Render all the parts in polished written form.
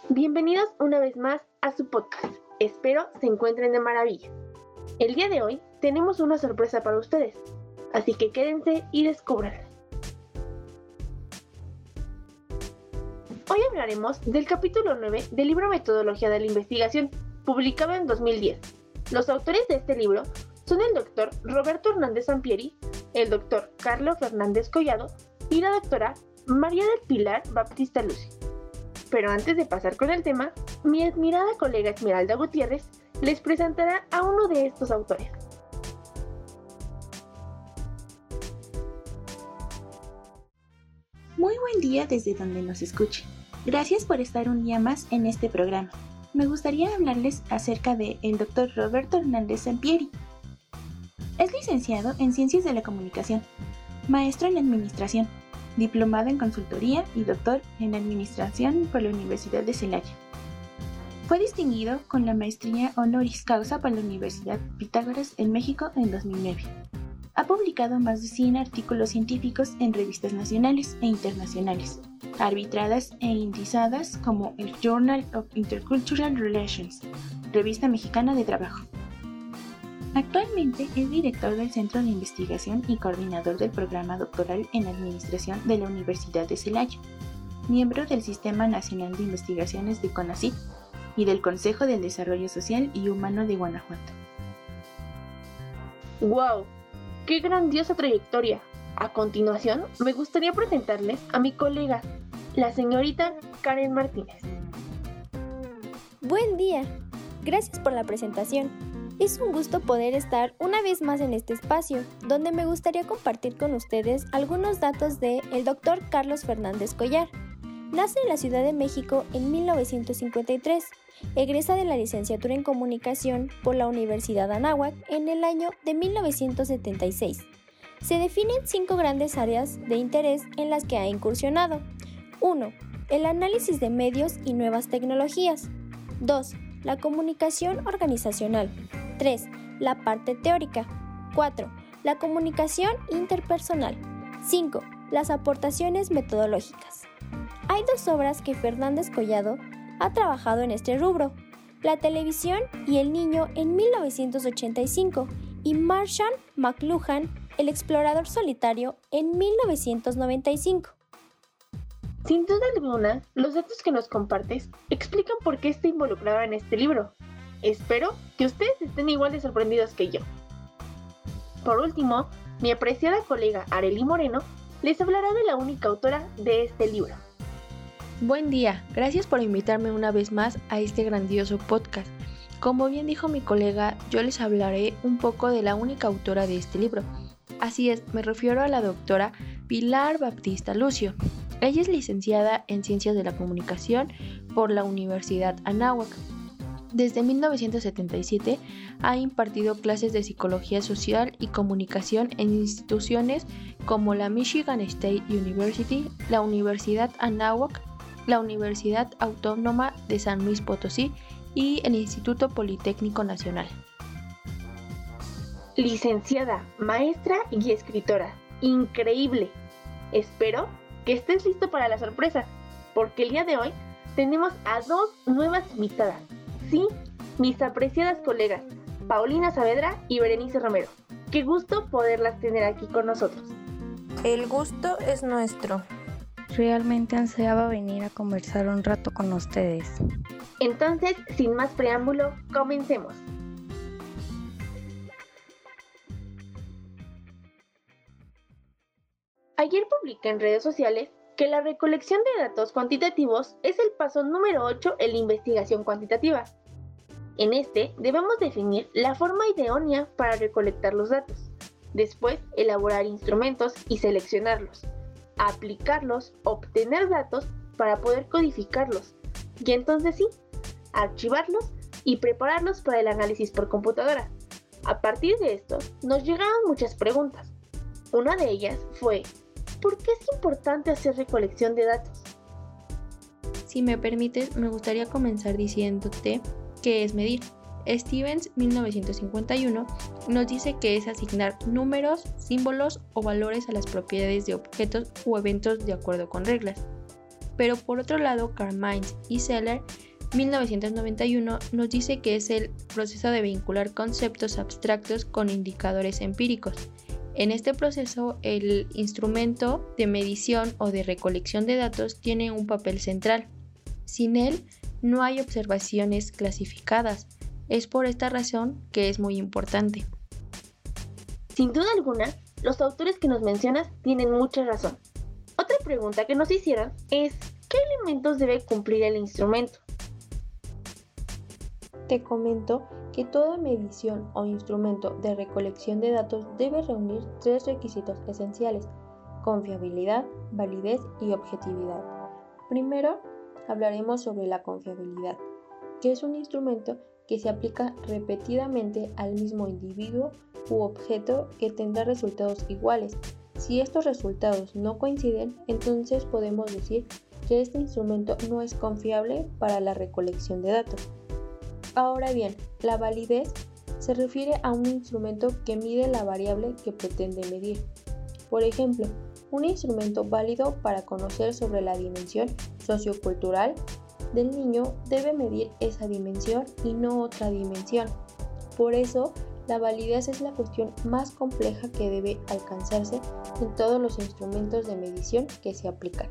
Bienvenidos una vez más a su podcast. Espero se encuentren de maravilla. El día de hoy tenemos una sorpresa para ustedes, así que quédense y descúbranla. Hoy hablaremos del capítulo 9 del libro Metodología de la Investigación, publicado en 2010. Los autores de este libro son el Dr. Roberto Hernández Sampieri, el Dr. Carlos Fernández Collado y la Dra. María del Pilar Baptista Lucio. Pero antes de pasar con el tema, mi admirada colega Esmeralda Gutiérrez les presentará a uno de estos autores. Muy buen día desde donde nos escuchen. Gracias por estar un día más en este programa. Me gustaría hablarles acerca de el Dr. Roberto Hernández Sampieri. Es licenciado en Ciencias de la Comunicación, maestro en Administración, diplomado en Consultoría y doctor en Administración por la Universidad de Celaya. Fue distinguido con la maestría honoris causa por la Universidad Pitágoras en México en 2009. Ha publicado más de 100 artículos científicos en revistas nacionales e internacionales, arbitradas e indizadas como el Journal of Intercultural Relations, Revista Mexicana de Trabajo. Actualmente es director del Centro de Investigación y coordinador del programa doctoral en Administración de la Universidad de Celaya, miembro del Sistema Nacional de Investigaciones de CONACYT y del Consejo del Desarrollo Social y Humano de Guanajuato. ¡Wow! ¡Qué grandiosa trayectoria! A continuación, me gustaría presentarles a mi colega, la señorita Karen Martínez. Buen día. Gracias por la presentación. Es un gusto poder estar una vez más en este espacio, donde me gustaría compartir con ustedes algunos datos de el Dr. Carlos Fernández Collar. Nace en la Ciudad de México en 1953, egresa de la licenciatura en Comunicación por la Universidad Anáhuac en el año de 1976. Se definen 5 grandes áreas de interés en las que ha incursionado. 1. El análisis de medios y nuevas tecnologías. 2. La comunicación organizacional. 3. La parte teórica. 4. La comunicación interpersonal. 5. Las aportaciones metodológicas. Hay 2 obras que Fernández Collado ha trabajado en este rubro: La televisión y el niño en 1985 y Marshall McLuhan, el explorador solitario, en 1995. Sin duda alguna, los datos que nos compartes explican por qué está involucrado en este libro. Espero que ustedes estén igual de sorprendidos que yo. Por último, mi apreciada colega Arely Moreno les hablará de la única autora de este libro. Buen día, gracias por invitarme una vez más a este grandioso podcast. Como bien dijo mi colega, yo les hablaré un poco de la única autora de este libro. Así es, me refiero a la doctora Pilar Baptista Lucio. Ella es licenciada en Ciencias de la Comunicación por la Universidad Anáhuac. Desde 1977 ha impartido clases de Psicología Social y Comunicación en instituciones como la Michigan State University, la Universidad Anáhuac, la Universidad Autónoma de San Luis Potosí y el Instituto Politécnico Nacional. Licenciada, maestra y escritora. ¡Increíble! Espero que estés listo para la sorpresa, porque el día de hoy tenemos a 2 nuevas invitadas. Sí, mis apreciadas colegas, Paulina Saavedra y Berenice Romero. Qué gusto poderlas tener aquí con nosotros. El gusto es nuestro. Realmente ansiaba venir a conversar un rato con ustedes. Entonces, sin más preámbulo, comencemos. Ayer publiqué en redes sociales que la recolección de datos cuantitativos es el paso número 8 en la investigación cuantitativa. En este debemos definir la forma idónea para recolectar los datos, después elaborar instrumentos y seleccionarlos, aplicarlos, obtener datos para poder codificarlos y entonces sí, archivarlos y prepararlos para el análisis por computadora. A partir de esto nos llegaron muchas preguntas. Una de ellas fue: ¿por qué es importante hacer recolección de datos? Si me permites, me gustaría comenzar diciéndote qué es medir. Stevens, 1951, nos dice que es asignar números, símbolos o valores a las propiedades de objetos o eventos de acuerdo con reglas. Pero por otro lado, Carmines y Seller, 1991, nos dice que es el proceso de vincular conceptos abstractos con indicadores empíricos. En este proceso, el instrumento de medición o de recolección de datos tiene un papel central. Sin él, no hay observaciones clasificadas. Es por esta razón que es muy importante. Sin duda alguna, los autores que nos mencionas tienen mucha razón. Otra pregunta que nos hicieron es, ¿qué elementos debe cumplir el instrumento? Te comento que toda medición o instrumento de recolección de datos debe reunir 3 requisitos esenciales: confiabilidad, validez y objetividad. Primero, hablaremos sobre la confiabilidad, que es un instrumento que se aplica repetidamente al mismo individuo u objeto que tendrá resultados iguales. Si estos resultados no coinciden, entonces podemos decir que este instrumento no es confiable para la recolección de datos. Ahora bien, la validez se refiere a un instrumento que mide la variable que pretende medir. Por ejemplo, un instrumento válido para conocer sobre la dimensión sociocultural del niño debe medir esa dimensión y no otra dimensión. Por eso, la validez es la cuestión más compleja que debe alcanzarse en todos los instrumentos de medición que se aplican.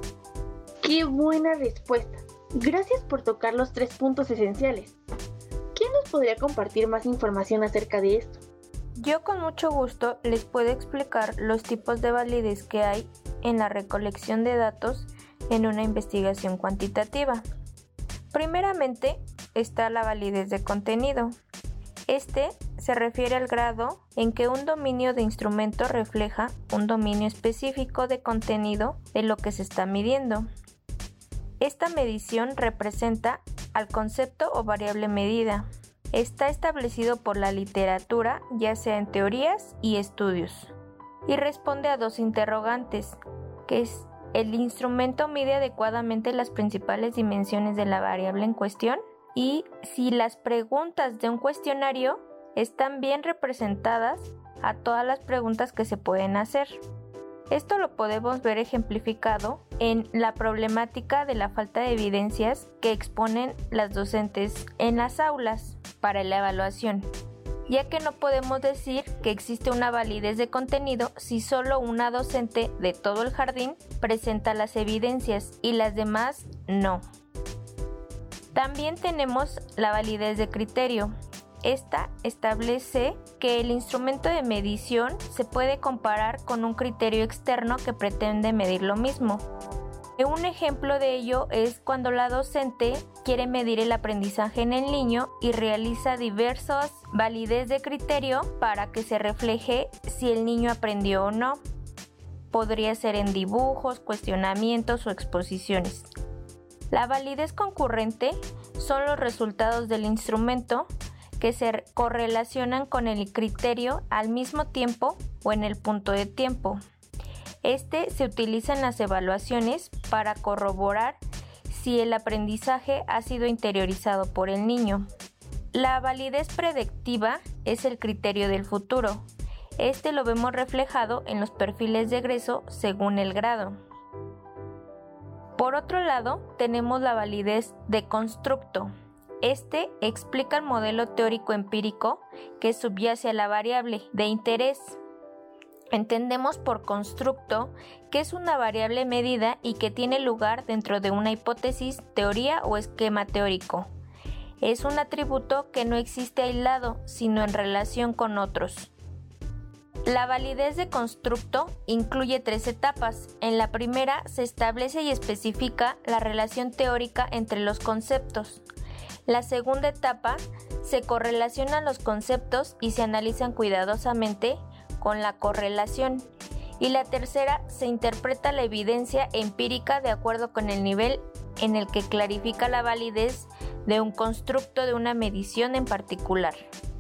¡Qué buena respuesta! Gracias por tocar los 3 puntos esenciales. ¿Quién nos podría compartir más información acerca de esto? Yo con mucho gusto les puedo explicar los tipos de validez que hay en la recolección de datos en una investigación cuantitativa. Primeramente está la validez de contenido. Este se refiere al grado en que un dominio de instrumento refleja un dominio específico de contenido de lo que se está midiendo. Esta medición representa al concepto o variable medida. Está establecido por la literatura, ya sea en teorías y estudios, y responde a 2 interrogantes, que es: ¿el instrumento mide adecuadamente las principales dimensiones de la variable en cuestión? Y si las preguntas de un cuestionario están bien representadas a todas las preguntas que se pueden hacer. Esto lo podemos ver ejemplificado en la problemática de la falta de evidencias que exponen las docentes en las aulas para la evaluación, ya que no podemos decir que existe una validez de contenido si solo una docente de todo el jardín presenta las evidencias y las demás no. También tenemos la validez de criterio. Esta establece que el instrumento de medición se puede comparar con un criterio externo que pretende medir lo mismo. Un ejemplo de ello es cuando la docente quiere medir el aprendizaje en el niño y realiza diversas validez de criterio para que se refleje si el niño aprendió o no. Podría ser en dibujos, cuestionamientos o exposiciones. La validez concurrente son los resultados del instrumento que se correlacionan con el criterio al mismo tiempo o en el punto de tiempo. Este se utiliza en las evaluaciones para corroborar si el aprendizaje ha sido interiorizado por el niño. La validez predictiva es el criterio del futuro. Este lo vemos reflejado en los perfiles de egreso según el grado. Por otro lado, tenemos la validez de constructo. Este explica el modelo teórico empírico que subyace a la variable de interés. Entendemos por constructo que es una variable medida y que tiene lugar dentro de una hipótesis, teoría o esquema teórico. Es un atributo que no existe aislado, sino en relación con otros. La validez de constructo incluye 3 etapas. En la primera se establece y especifica la relación teórica entre los conceptos. La segunda etapa se correlacionan los conceptos y se analizan cuidadosamente con la correlación. Y la tercera se interpreta la evidencia empírica de acuerdo con el nivel en el que clarifica la validez de un constructo de una medición en particular.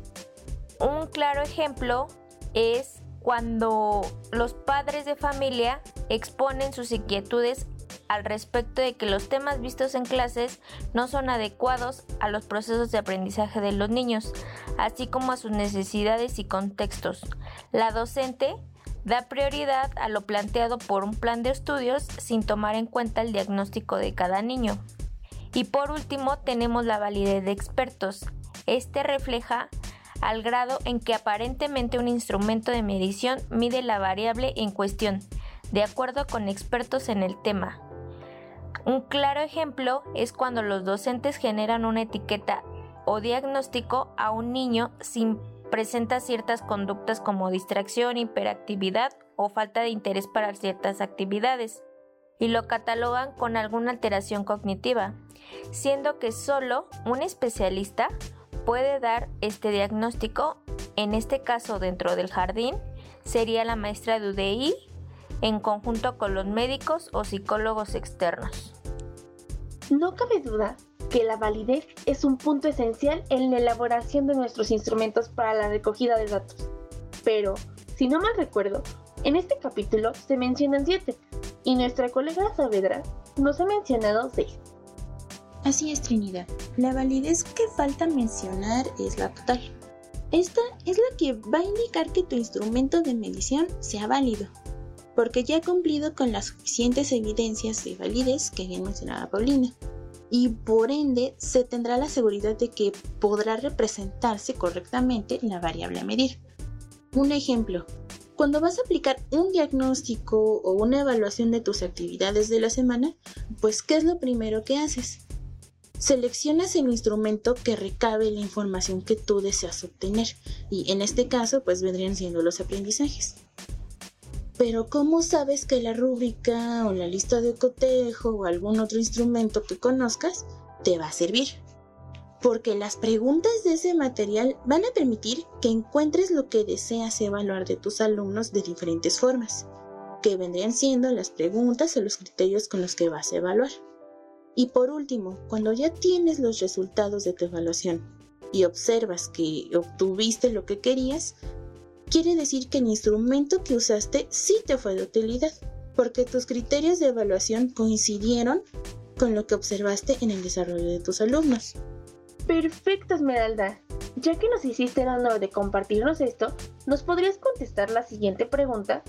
Un claro ejemplo es cuando los padres de familia exponen sus inquietudes al respecto de que los temas vistos en clases no son adecuados a los procesos de aprendizaje de los niños, así como a sus necesidades y contextos. La docente Da prioridad a lo planteado por un plan de estudios sin tomar en cuenta el diagnóstico de cada niño. Y por último tenemos la validez de expertos. Este refleja al grado en que aparentemente un instrumento de medición mide la variable en cuestión, de acuerdo con expertos en el tema. Un claro ejemplo es cuando los docentes generan una etiqueta o diagnóstico a un niño si presenta ciertas conductas como distracción, hiperactividad o falta de interés para ciertas actividades, y lo catalogan con alguna alteración cognitiva, siendo que solo un especialista puede dar este diagnóstico. En este caso, dentro del jardín, sería la maestra de UDI en conjunto con los médicos o psicólogos externos. No cabe duda que la validez es un punto esencial en la elaboración de nuestros instrumentos para la recogida de datos. Pero, si no mal recuerdo, en este capítulo se mencionan 7 y nuestra colega Saavedra nos ha mencionado 6. Así es, Trinidad. La validez que falta mencionar es la total. Esta es la que va a indicar que tu instrumento de medición sea válido, porque ya ha cumplido con las suficientes evidencias de validez que bien mencionaba Paulina, y por ende se tendrá la seguridad de que podrá representarse correctamente la variable a medir. Un ejemplo: cuando vas a aplicar un diagnóstico o una evaluación de tus actividades de la semana, pues ¿qué es lo primero que haces? Seleccionas el instrumento que recabe la información que tú deseas obtener, y en este caso pues vendrían siendo los aprendizajes. Pero ¿cómo sabes que la rúbrica o la lista de cotejo o algún otro instrumento que conozcas te va a servir? Porque las preguntas de ese material van a permitir que encuentres lo que deseas evaluar de tus alumnos de diferentes formas, que vendrían siendo las preguntas o los criterios con los que vas a evaluar. Y por último, cuando ya tienes los resultados de tu evaluación y observas que obtuviste lo que querías, quiere decir que el instrumento que usaste sí te fue de utilidad, porque tus criterios de evaluación coincidieron con lo que observaste en el desarrollo de tus alumnos. Perfecto, Esmeralda. Ya que nos hiciste el honor de compartirnos esto, ¿nos podrías contestar la siguiente pregunta?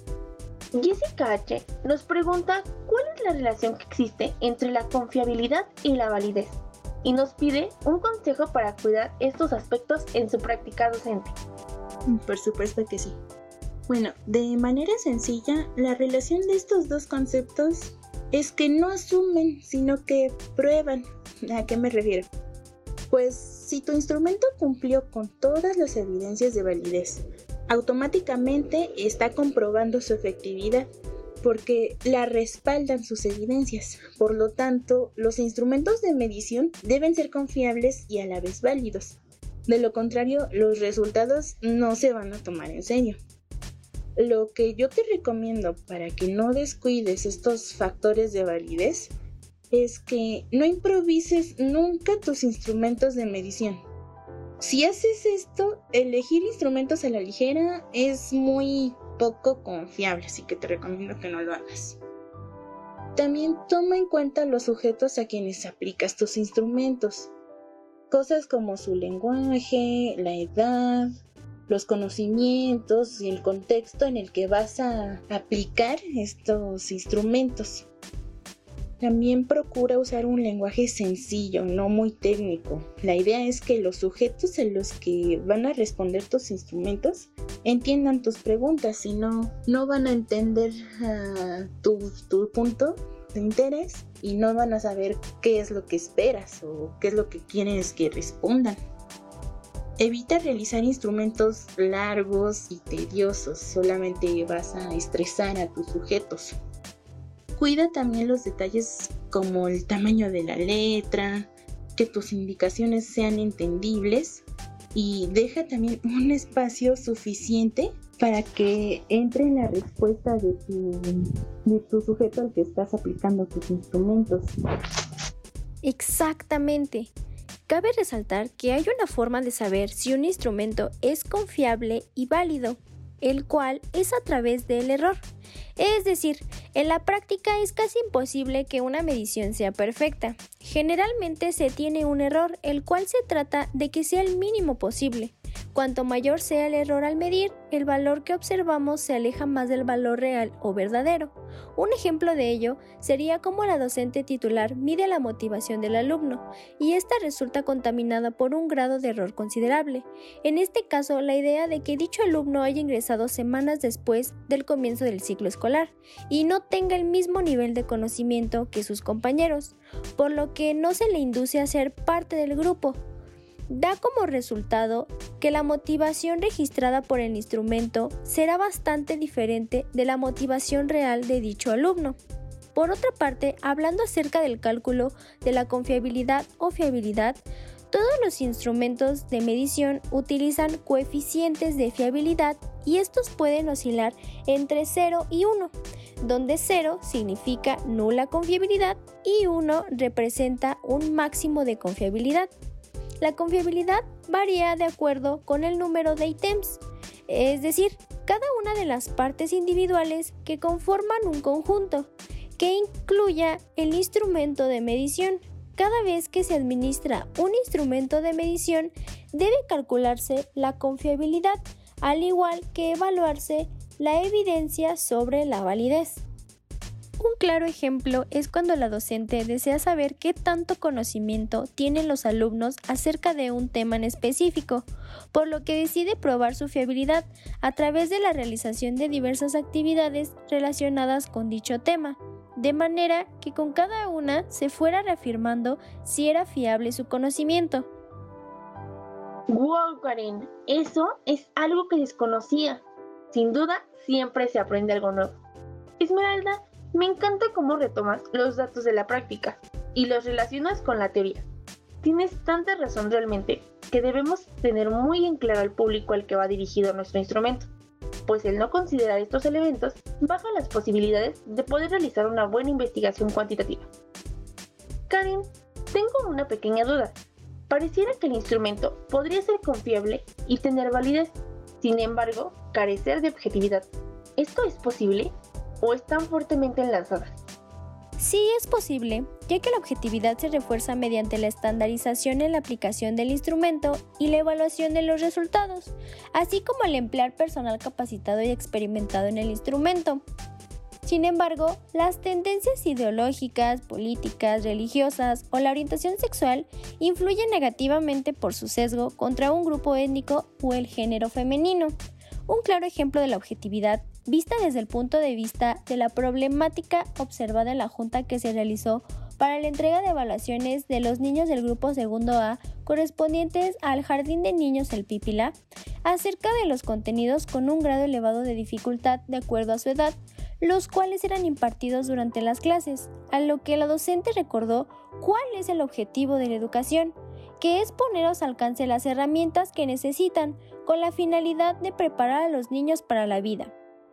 Jessica H. nos pregunta cuál es la relación que existe entre la confiabilidad y la validez, y nos pide un consejo para cuidar estos aspectos en su práctica docente. Por supuesto que sí. Bueno, de manera sencilla, la relación de estos dos conceptos es que no asumen, sino que prueban. ¿A qué me refiero? Pues si tu instrumento cumplió con todas las evidencias de validez, automáticamente está comprobando su efectividad, porque la respaldan sus evidencias. Por lo tanto, los instrumentos de medición deben ser confiables y a la vez válidos. De lo contrario, los resultados no se van a tomar en serio. Lo que yo te recomiendo para que no descuides estos factores de validez es que no improvises nunca tus instrumentos de medición. Si haces esto, elegir instrumentos a la ligera es muy poco confiable, así que te recomiendo que no lo hagas. También toma en cuenta los sujetos a quienes aplicas tus instrumentos. Cosas como su lenguaje, la edad, los conocimientos y el contexto en el que vas a aplicar estos instrumentos. También procura usar un lenguaje sencillo, no muy técnico. La idea es que los sujetos en los que van a responder tus instrumentos entiendan tus preguntas, si no van a entender tu punto de interés y no van a saber qué es lo que esperas o qué es lo que quieres que respondan. Evita realizar instrumentos largos y tediosos, solamente vas a estresar a tus sujetos. Cuida también los detalles como el tamaño de la letra, que tus indicaciones sean entendibles y deja también un espacio suficiente para que entre en la respuesta de tu sujeto al que estás aplicando tus instrumentos. Exactamente. Cabe resaltar que hay una forma de saber si un instrumento es confiable y válido, el cual es a través del error. Es decir, en la práctica es casi imposible que una medición sea perfecta. Generalmente se tiene un error, el cual se trata de que sea el mínimo posible. Cuanto mayor sea el error al medir, el valor que observamos se aleja más del valor real o verdadero. Un ejemplo de ello sería cómo la docente titular mide la motivación del alumno, y ésta resulta contaminada por un grado de error considerable. En este caso, la idea de que dicho alumno haya ingresado semanas después del comienzo del ciclo escolar y no tenga el mismo nivel de conocimiento que sus compañeros, por lo que no se le induce a ser parte del grupo. Da como resultado que la motivación registrada por el instrumento será bastante diferente de la motivación real de dicho alumno. Por otra parte, hablando acerca del cálculo de la confiabilidad o fiabilidad, todos los instrumentos de medición utilizan coeficientes de fiabilidad y estos pueden oscilar entre 0 y 1, donde 0 significa nula confiabilidad y 1 representa un máximo de confiabilidad. La confiabilidad varía de acuerdo con el número de ítems, es decir, cada una de las partes individuales que conforman un conjunto, que incluya el instrumento de medición. Cada vez que se administra un instrumento de medición, debe calcularse la confiabilidad, al igual que evaluarse la evidencia sobre la validez. Un claro ejemplo es cuando la docente desea saber qué tanto conocimiento tienen los alumnos acerca de un tema en específico, por lo que decide probar su fiabilidad a través de la realización de diversas actividades relacionadas con dicho tema, de manera que con cada una se fuera reafirmando si era fiable su conocimiento. ¡Wow, Karen! Eso es algo que desconocía. Sin duda, siempre se aprende algo nuevo. Esmeralda, me encanta cómo retomas los datos de la práctica y los relacionas con la teoría. Tienes tanta razón realmente que debemos tener muy en claro al público al que va dirigido nuestro instrumento, pues el no considerar estos elementos baja las posibilidades de poder realizar una buena investigación cuantitativa. Karen, tengo una pequeña duda. Pareciera que el instrumento podría ser confiable y tener validez, sin embargo, carecer de objetividad. ¿Esto es posible o están fuertemente enlazadas? Sí es posible, ya que la objetividad se refuerza mediante la estandarización en la aplicación del instrumento y la evaluación de los resultados, así como el emplear personal capacitado y experimentado en el instrumento. Sin embargo, las tendencias ideológicas, políticas, religiosas o la orientación sexual influyen negativamente por su sesgo contra un grupo étnico o el género femenino. Un claro ejemplo de la objetividad, vista desde el punto de vista de la problemática observada en la junta que se realizó para la entrega de evaluaciones de los niños del grupo segundo A correspondientes al Jardín de Niños El Pípila, acerca de los contenidos con un grado elevado de dificultad de acuerdo a su edad, los cuales eran impartidos durante las clases, a lo que la docente recordó cuál es el objetivo de la educación, que es poner a su alcance las herramientas que necesitan con la finalidad de preparar a los niños para la vida.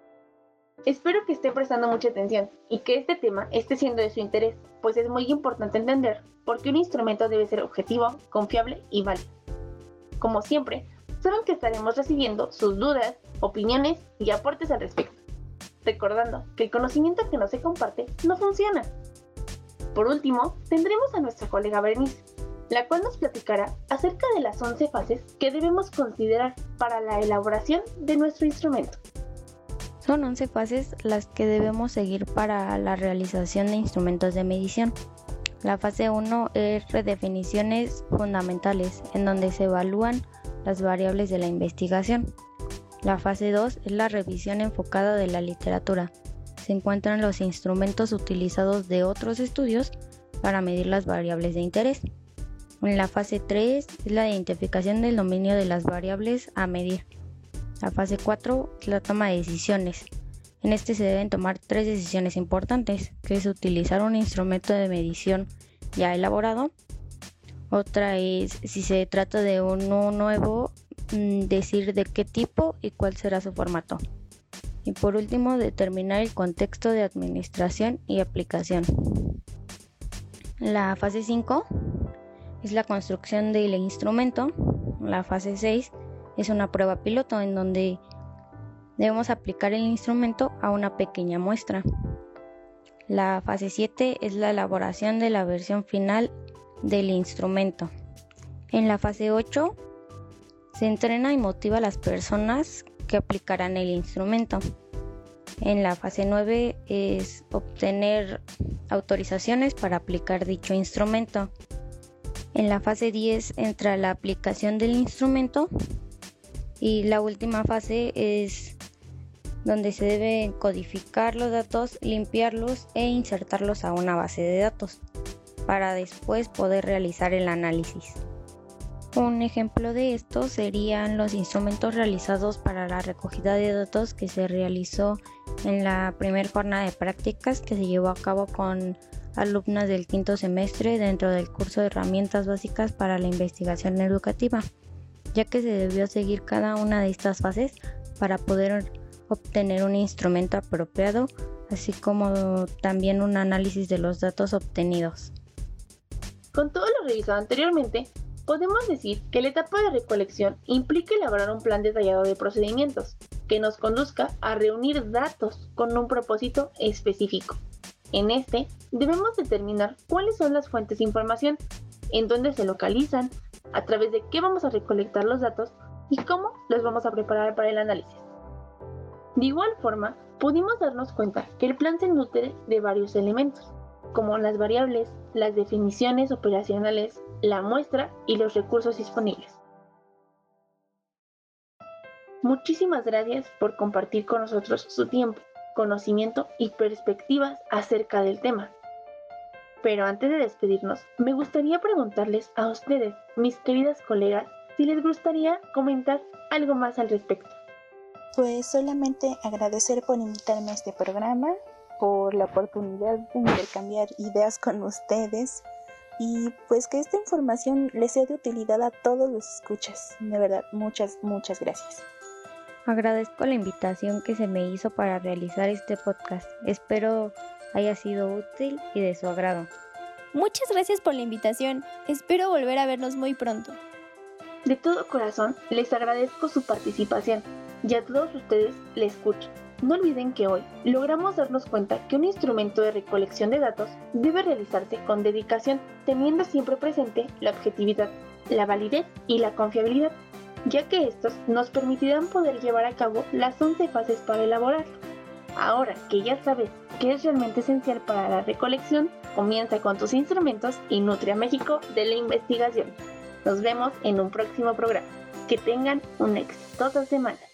Espero que esté prestando mucha atención y que este tema esté siendo de su interés, pues es muy importante entender por qué un instrumento debe ser objetivo, confiable y válido. Como siempre, saben que estaremos recibiendo sus dudas, opiniones y aportes al respecto, recordando que el conocimiento que no se comparte no funciona. Por último, tendremos a nuestra colega Berenice, la cual nos platicará acerca de las 11 fases que debemos considerar para la elaboración de nuestro instrumento. Son 11 fases las que debemos seguir para la realización de instrumentos de medición. La fase 1 es redefiniciones fundamentales, en donde se evalúan las variables de la investigación. La fase 2 es la revisión enfocada de la literatura. Se encuentran los instrumentos utilizados de otros estudios para medir las variables de interés. En la fase 3 es la identificación del dominio de las variables a medir. La fase 4 es la toma de decisiones. En este se deben tomar 3 decisiones importantes, que es utilizar un instrumento de medición ya elaborado. Otra es, si se trata de uno nuevo, decir de qué tipo y cuál será su formato. Y por último, determinar el contexto de administración y aplicación. La fase 5 es la construcción del instrumento. La fase 6 es una prueba piloto en donde debemos aplicar el instrumento a una pequeña muestra. La fase 7 es la elaboración de la versión final del instrumento. En la fase 8 Se entrena y motiva a las personas que aplicarán el instrumento. En la fase 9 es obtener autorizaciones para aplicar dicho instrumento. En la fase 10 entra la aplicación del instrumento y la última fase es donde se deben codificar los datos, limpiarlos e insertarlos a una base de datos para después poder realizar el análisis. Un ejemplo de esto serían los instrumentos realizados para la recogida de datos que se realizó en la primera jornada de prácticas que se llevó a cabo con alumnas del quinto semestre dentro del curso de herramientas básicas para la investigación educativa, ya que se debió seguir cada una de estas fases para poder obtener un instrumento apropiado, así como también un análisis de los datos obtenidos. Con todo lo revisado anteriormente, podemos decir que la etapa de recolección implica elaborar un plan detallado de procedimientos que nos conduzca a reunir datos con un propósito específico. En este, debemos determinar cuáles son las fuentes de información, en dónde se localizan, a través de qué vamos a recolectar los datos y cómo los vamos a preparar para el análisis. De igual forma, pudimos darnos cuenta que el plan se nutre de varios elementos, como las variables, las definiciones operacionales, la muestra y los recursos disponibles. Muchísimas gracias por compartir con nosotros su tiempo, conocimiento y perspectivas acerca del tema. Pero antes de despedirnos, me gustaría preguntarles a ustedes, mis queridas colegas, si les gustaría comentar algo más al respecto. Pues solamente agradecer por invitarme a este programa, por la oportunidad de intercambiar ideas con ustedes y pues que esta información les sea de utilidad a todos los escuchas. De verdad, muchas gracias. Agradezco la invitación que se me hizo para realizar este podcast. Espero haya sido útil y de su agrado. Muchas gracias por la invitación. Espero volver a vernos muy pronto. De todo corazón, les agradezco su participación y a todos ustedes les escucho. No olviden que hoy logramos darnos cuenta que un instrumento de recolección de datos debe realizarse con dedicación, teniendo siempre presente la objetividad, la validez y la confiabilidad, ya que estos nos permitirán poder llevar a cabo las 11 fases para elaborarlo. Ahora que ya sabes que es realmente esencial para la recolección, comienza con tus instrumentos y nutre a México de la investigación. Nos vemos en un próximo programa. Que tengan una exitosa semana.